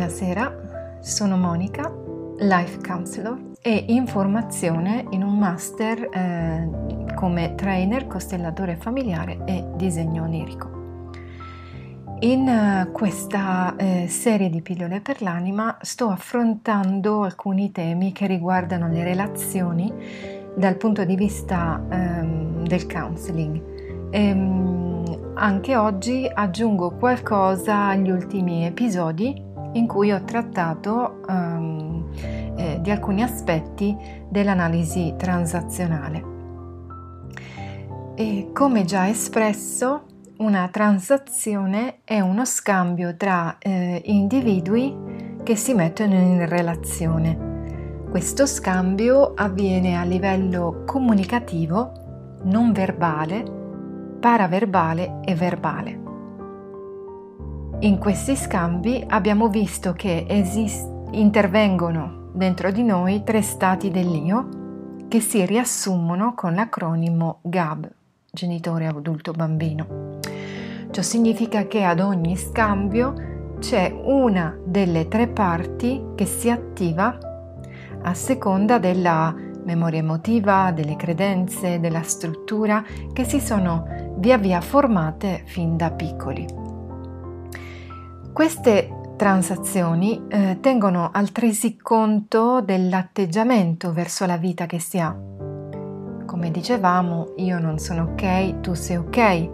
Buonasera, sono Monica, Life Counselor e in formazione in un master come trainer, costellatore familiare e disegno onirico. In questa serie di pillole per l'anima sto affrontando alcuni temi che riguardano le relazioni dal punto di vista del counseling. Anche oggi aggiungo qualcosa agli ultimi episodi in cui ho trattato di alcuni aspetti dell'analisi transazionale. E come già espresso, una transazione è uno scambio tra individui che si mettono in relazione. Questo scambio avviene a livello comunicativo, non verbale, paraverbale e verbale. In questi scambi abbiamo visto che intervengono dentro di noi 3 stati dell'io che si riassumono con l'acronimo GAB, genitore, adulto, bambino. Ciò significa che ad ogni scambio c'è una delle 3 parti che si attiva a seconda della memoria emotiva, delle credenze, della struttura che si sono via via formate fin da piccoli. Queste transazioni tengono altresì conto dell'atteggiamento verso la vita che si ha. Come dicevamo, io non sono ok, tu sei ok,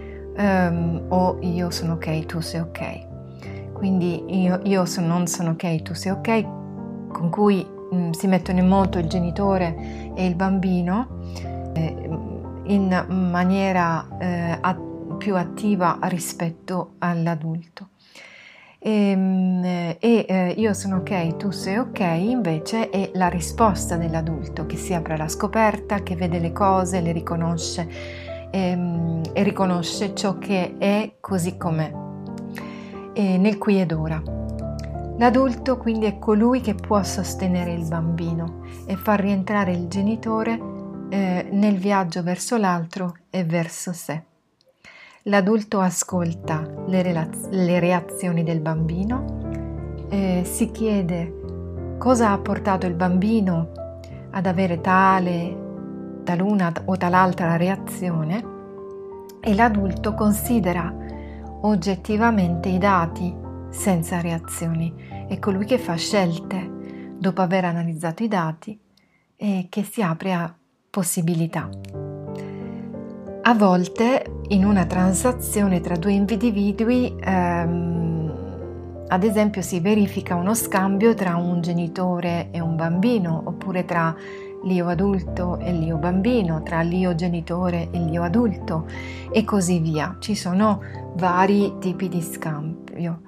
o io sono ok, tu sei ok. Quindi non sono ok, tu sei ok, con cui si mettono in moto il genitore e il bambino in maniera più attiva rispetto all'adulto. Io sono ok, tu sei ok, invece è la risposta dell'adulto che si apre alla scoperta, che vede le cose, le riconosce e riconosce ciò che è così com'è, nel qui ed ora. L'adulto quindi è colui che può sostenere il bambino e far rientrare il genitore nel viaggio verso l'altro e verso sé. L'adulto ascolta le reazioni del bambino, si chiede cosa ha portato il bambino ad avere taluna o tal'altra reazione, e l'adulto considera oggettivamente i dati senza reazioni. È colui che fa scelte dopo aver analizzato i dati e che si apre a possibilità. A volte in una transazione tra 2 individui, ad esempio, si verifica uno scambio tra un genitore e un bambino, oppure tra l'io adulto e l'io bambino, tra l'io genitore e l'io adulto e così via. Ci sono vari tipi di scambio.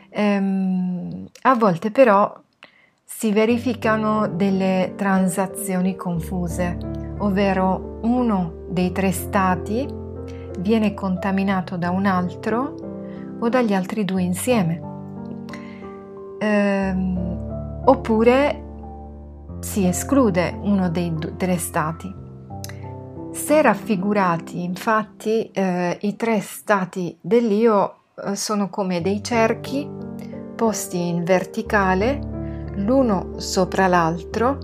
A volte però si verificano delle transazioni confuse, ovvero uno dei 3 stati viene contaminato da un altro o dagli altri 2 insieme, oppure si esclude uno dei 3 stati. Se raffigurati, infatti, i 3 stati dell'io sono come dei cerchi posti in verticale, l'uno sopra l'altro,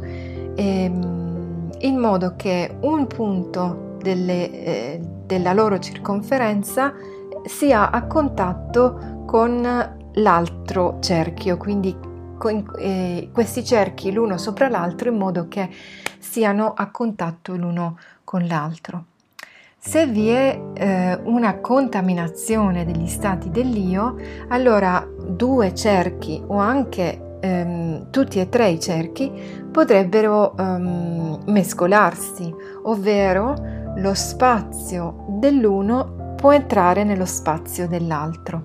in modo che un punto della loro circonferenza sia a contatto con l'altro cerchio, quindi questi cerchi l'uno sopra l'altro in modo che siano a contatto l'uno con l'altro. Se vi è una contaminazione degli stati dell'io, allora 2 cerchi o anche tutti e 3 i cerchi potrebbero mescolarsi, ovvero lo spazio dell'uno può entrare nello spazio dell'altro.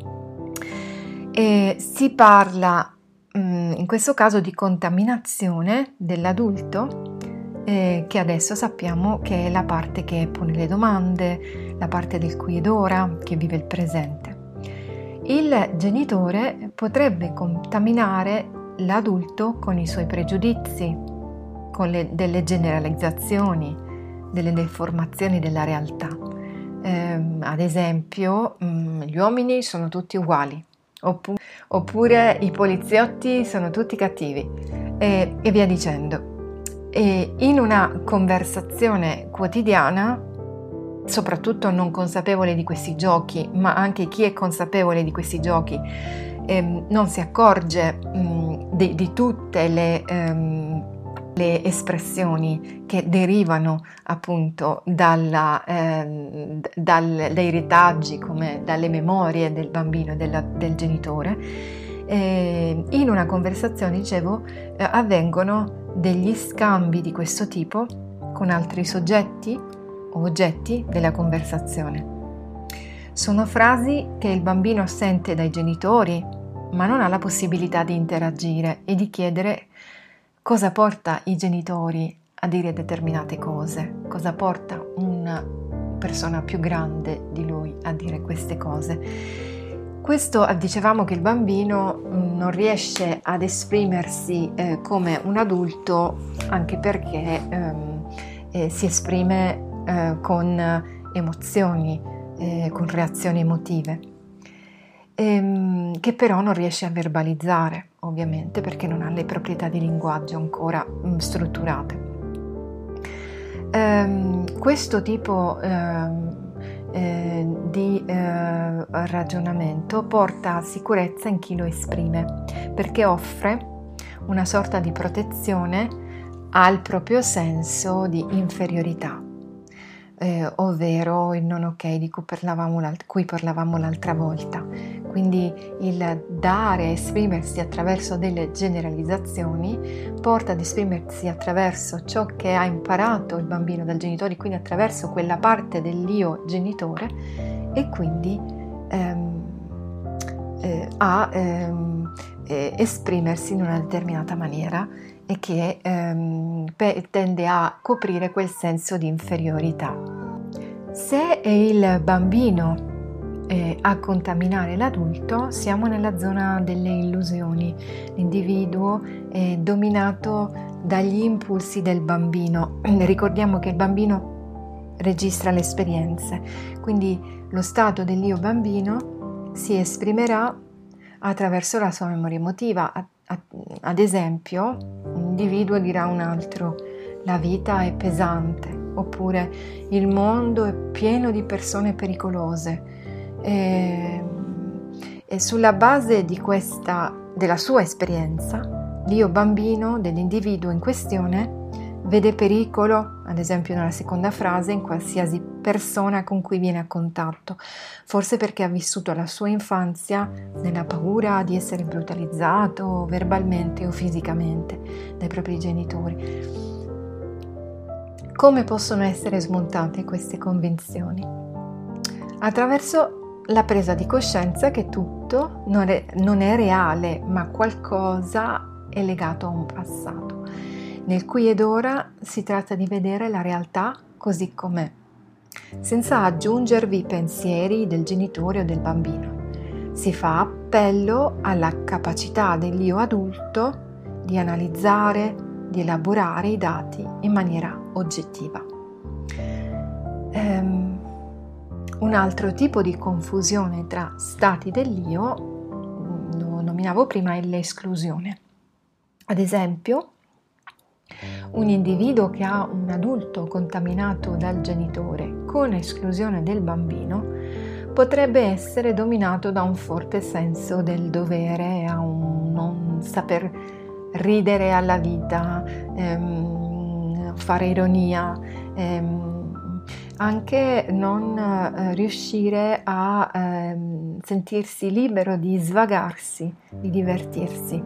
E si parla in questo caso di contaminazione dell'adulto, che adesso sappiamo che è la parte che pone le domande, la parte del qui ed ora, che vive il presente. Il genitore potrebbe contaminare l'adulto con i suoi pregiudizi, con delle generalizzazioni, delle deformazioni della realtà. Ad esempio, gli uomini sono tutti uguali, oppure i poliziotti sono tutti cattivi e via dicendo. E in una conversazione quotidiana, soprattutto non consapevole di questi giochi, ma anche chi è consapevole di questi giochi non si accorge di tutte le espressioni che derivano appunto dai retaggi, come dalle memorie del bambino e del genitore. In una conversazione, dicevo, avvengono degli scambi di questo tipo con altri soggetti o oggetti della conversazione. Sono frasi che il bambino sente dai genitori, ma non ha la possibilità di interagire e di chiedere cosa porta i genitori a dire determinate cose, cosa porta una persona più grande di lui a dire queste cose. Questo, dicevamo che il bambino non riesce ad esprimersi come un adulto, anche perché si esprime con emozioni, con reazioni emotive, che però non riesce a verbalizzare, ovviamente, perché non ha le proprietà di linguaggio ancora strutturate. Questo tipo di ragionamento porta sicurezza in chi lo esprime, perché offre una sorta di protezione al proprio senso di inferiorità, ovvero il non ok di cui parlavamo l'altra volta. Quindi il dare, esprimersi attraverso delle generalizzazioni porta ad esprimersi attraverso ciò che ha imparato il bambino dal genitore, quindi attraverso quella parte dell'io genitore, e quindi a esprimersi in una determinata maniera e che tende a coprire quel senso di inferiorità. Se è il bambino a contaminare l'adulto, siamo nella zona delle illusioni. L'individuo è dominato dagli impulsi del bambino. Ricordiamo che il bambino registra le esperienze, quindi lo stato dell'io bambino si esprimerà attraverso la sua memoria emotiva. Ad esempio, un individuo dirà a un altro: la vita è pesante, oppure il mondo è pieno di persone pericolose. E sulla base della sua esperienza, l'io bambino dell'individuo in questione vede pericolo, ad esempio nella seconda frase, in qualsiasi persona con cui viene a contatto, forse perché ha vissuto la sua infanzia nella paura di essere brutalizzato verbalmente o fisicamente dai propri genitori. Come possono essere smontate queste convinzioni? Attraverso la presa di coscienza che tutto non è reale, ma qualcosa è legato a un passato. Nel qui ed ora si tratta di vedere la realtà così com'è, senza aggiungervi i pensieri del genitore o del bambino. Si fa appello alla capacità dell'io adulto di analizzare, di elaborare i dati in maniera oggettiva. Un altro tipo di confusione tra stati dell'io, lo nominavo prima, è l'esclusione. Ad esempio, un individuo che ha un adulto contaminato dal genitore con esclusione del bambino potrebbe essere dominato da un forte senso del dovere, a un non saper ridere alla vita, fare ironia, anche non riuscire a sentirsi libero di svagarsi, di divertirsi.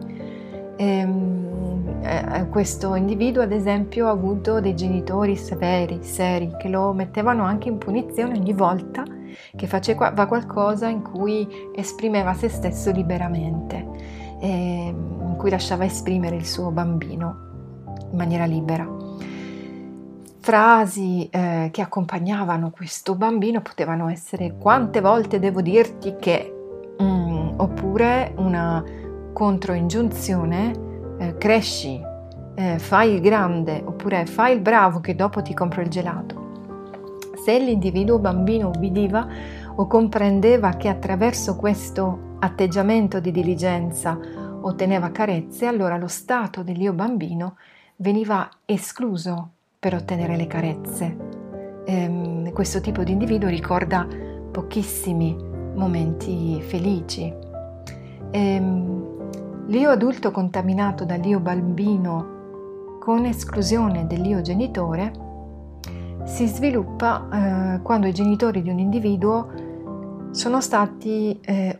Questo individuo, ad esempio, ha avuto dei genitori severi, seri, che lo mettevano anche in punizione ogni volta che faceva qualcosa in cui esprimeva se stesso liberamente, in cui lasciava esprimere il suo bambino in maniera libera. Frasi che accompagnavano questo bambino potevano essere: quante volte devo dirti che, oppure una controingiunzione: cresci, fai il grande, oppure fai il bravo che dopo ti compro il gelato. Se l'individuo bambino ubbidiva o comprendeva che attraverso questo atteggiamento di diligenza otteneva carezze, allora lo stato dell'io bambino veniva escluso per ottenere le carezze. Questo tipo di individuo ricorda pochissimi momenti felici. L'io adulto contaminato dall'io bambino con esclusione dell'io genitore si sviluppa quando i genitori di un individuo sono stati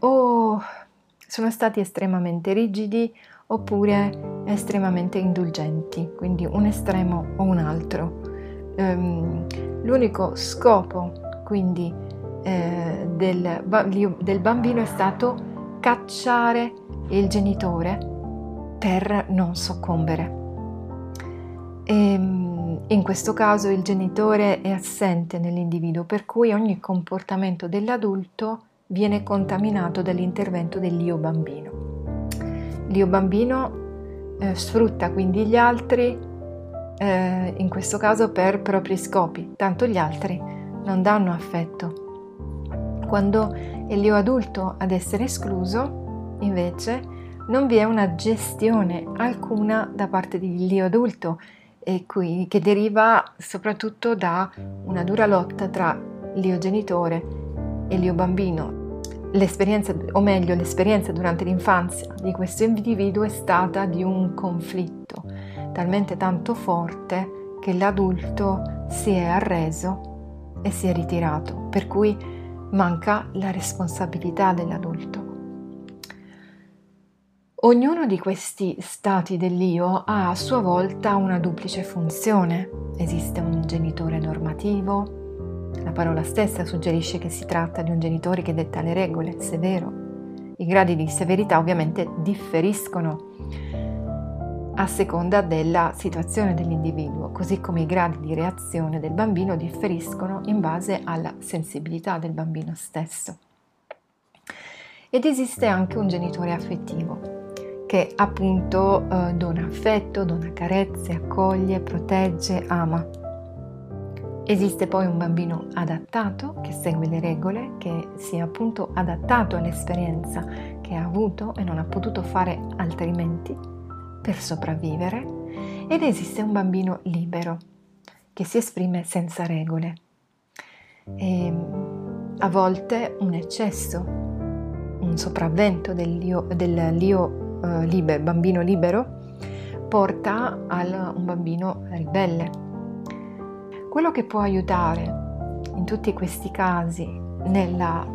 estremamente rigidi oppure estremamente indulgenti, quindi un estremo o un altro. L'unico scopo quindi del bambino è stato cacciare il genitore per non soccombere. In questo caso il genitore è assente nell'individuo, per cui ogni comportamento dell'adulto viene contaminato dall'intervento dell'io bambino. L'io bambino sfrutta quindi gli altri, in questo caso per propri scopi, tanto gli altri non danno affetto. Quando è l'io adulto ad essere escluso, invece, non vi è una gestione alcuna da parte dell'io adulto, che deriva soprattutto da una dura lotta tra l'io genitore e l'io bambino. L'esperienza durante l'infanzia di questo individuo è stata di un conflitto talmente tanto forte che l'adulto si è arreso e si è ritirato, per cui manca la responsabilità dell'adulto. Ognuno di questi stati dell'io ha a sua volta una duplice funzione. Esiste un genitore normativo. La parola stessa suggerisce che si tratta di un genitore che detta le regole, severo. I gradi di severità ovviamente differiscono a seconda della situazione dell'individuo, così come i gradi di reazione del bambino differiscono in base alla sensibilità del bambino stesso. Ed esiste anche un genitore affettivo, che appunto dona affetto, dona carezze, accoglie, protegge, ama. Esiste poi un bambino adattato che segue le regole, che si è appunto adattato all'esperienza che ha avuto e non ha potuto fare altrimenti per sopravvivere, ed esiste un bambino libero che si esprime senza regole. E a volte un eccesso, un sopravvento dell'io bambino libero porta a un bambino ribelle. Quello che può aiutare in tutti questi casi nella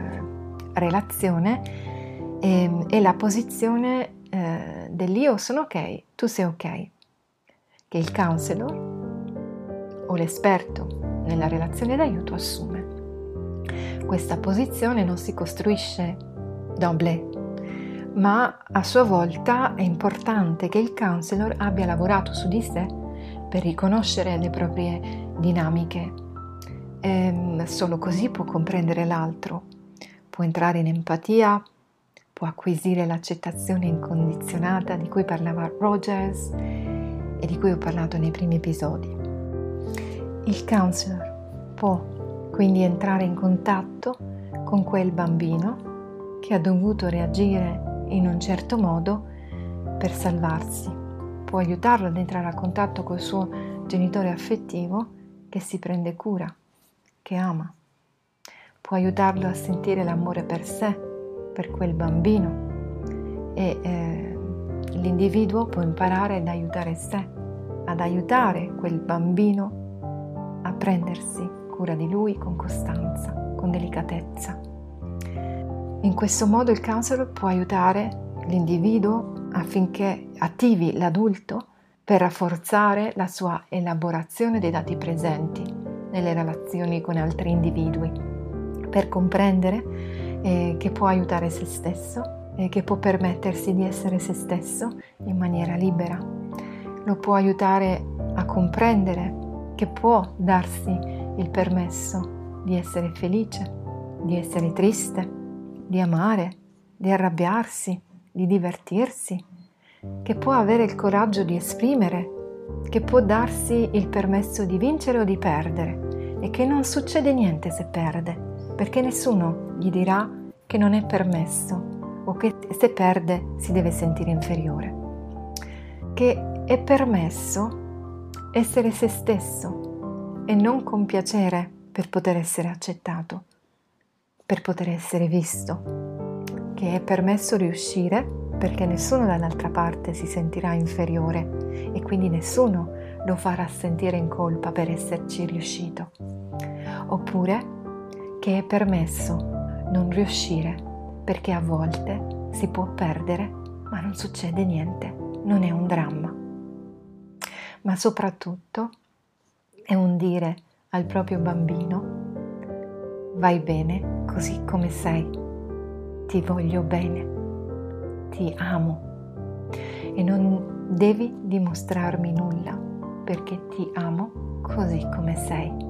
relazione è la posizione dell'io sono ok, tu sei ok, che il counselor o l'esperto nella relazione d'aiuto assume. Questa posizione non si costruisce d'emblée, ma a sua volta è importante che il counselor abbia lavorato su di sé per riconoscere le proprie dinamiche. Solo così può comprendere l'altro, può entrare in empatia, può acquisire l'accettazione incondizionata di cui parlava Rogers e di cui ho parlato nei primi episodi. Il counselor può quindi entrare in contatto con quel bambino che ha dovuto reagire in un certo modo per salvarsi. Può aiutarlo ad entrare a contatto col suo genitore affettivo che si prende cura, che ama. Può aiutarlo a sentire l'amore per sé, per quel bambino, e l'individuo può imparare ad aiutare sé, ad aiutare quel bambino a prendersi cura di lui con costanza, con delicatezza. In questo modo il counselor può aiutare l'individuo affinché attivi l'adulto per rafforzare la sua elaborazione dei dati presenti nelle relazioni con altri individui, per comprendere che può aiutare se stesso e che può permettersi di essere se stesso in maniera libera. Lo può aiutare a comprendere che può darsi il permesso di essere felice, di essere triste, di amare, di arrabbiarsi, di divertirsi, che può avere il coraggio di esprimere, che può darsi il permesso di vincere o di perdere e che non succede niente se perde, perché nessuno gli dirà che non è permesso o che se perde si deve sentire inferiore, che è permesso essere se stesso e non compiacere per poter essere accettato, per poter essere visto, che è permesso riuscire perché nessuno dall'altra parte si sentirà inferiore e quindi nessuno lo farà sentire in colpa per esserci riuscito, oppure che è permesso non riuscire perché a volte si può perdere ma non succede niente, non è un dramma. Ma soprattutto è un dire al proprio bambino: vai bene così come sei, ti voglio bene, ti amo e non devi dimostrarmi nulla perché ti amo così come sei.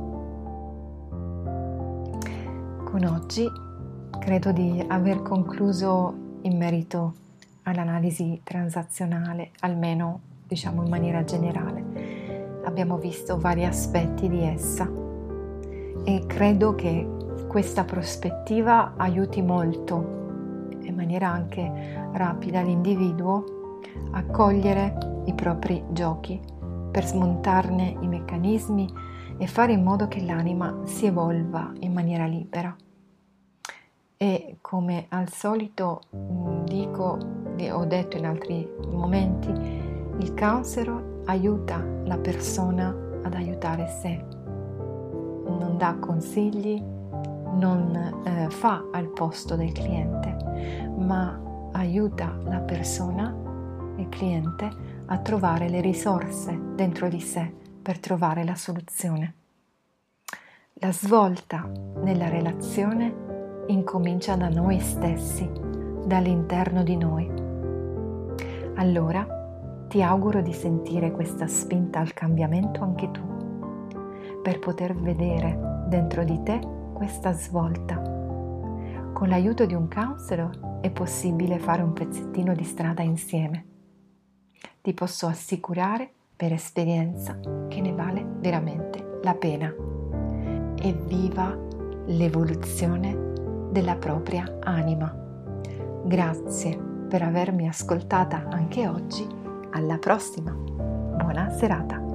Con oggi credo di aver concluso in merito all'analisi transazionale, almeno diciamo in maniera generale. Abbiamo visto vari aspetti di essa e credo che questa prospettiva aiuti molto, in maniera anche rapida, l'individuo a cogliere i propri giochi per smontarne i meccanismi e fare in modo che l'anima si evolva in maniera libera. E come al solito ho detto in altri momenti, il counselor aiuta la persona ad aiutare sé, non dà consigli, non fa al posto del cliente, ma aiuta la persona, il cliente, a trovare le risorse dentro di sé per trovare la soluzione. La svolta nella relazione incomincia da noi stessi, dall'interno di noi. Allora ti auguro di sentire questa spinta al cambiamento anche tu, per poter vedere dentro di te questa svolta. Con l'aiuto di un counselor è possibile fare un pezzettino di strada insieme. Ti posso assicurare per esperienza che ne vale veramente la pena. E viva l'evoluzione della propria anima. Grazie per avermi ascoltata anche oggi. Alla prossima. Buona serata.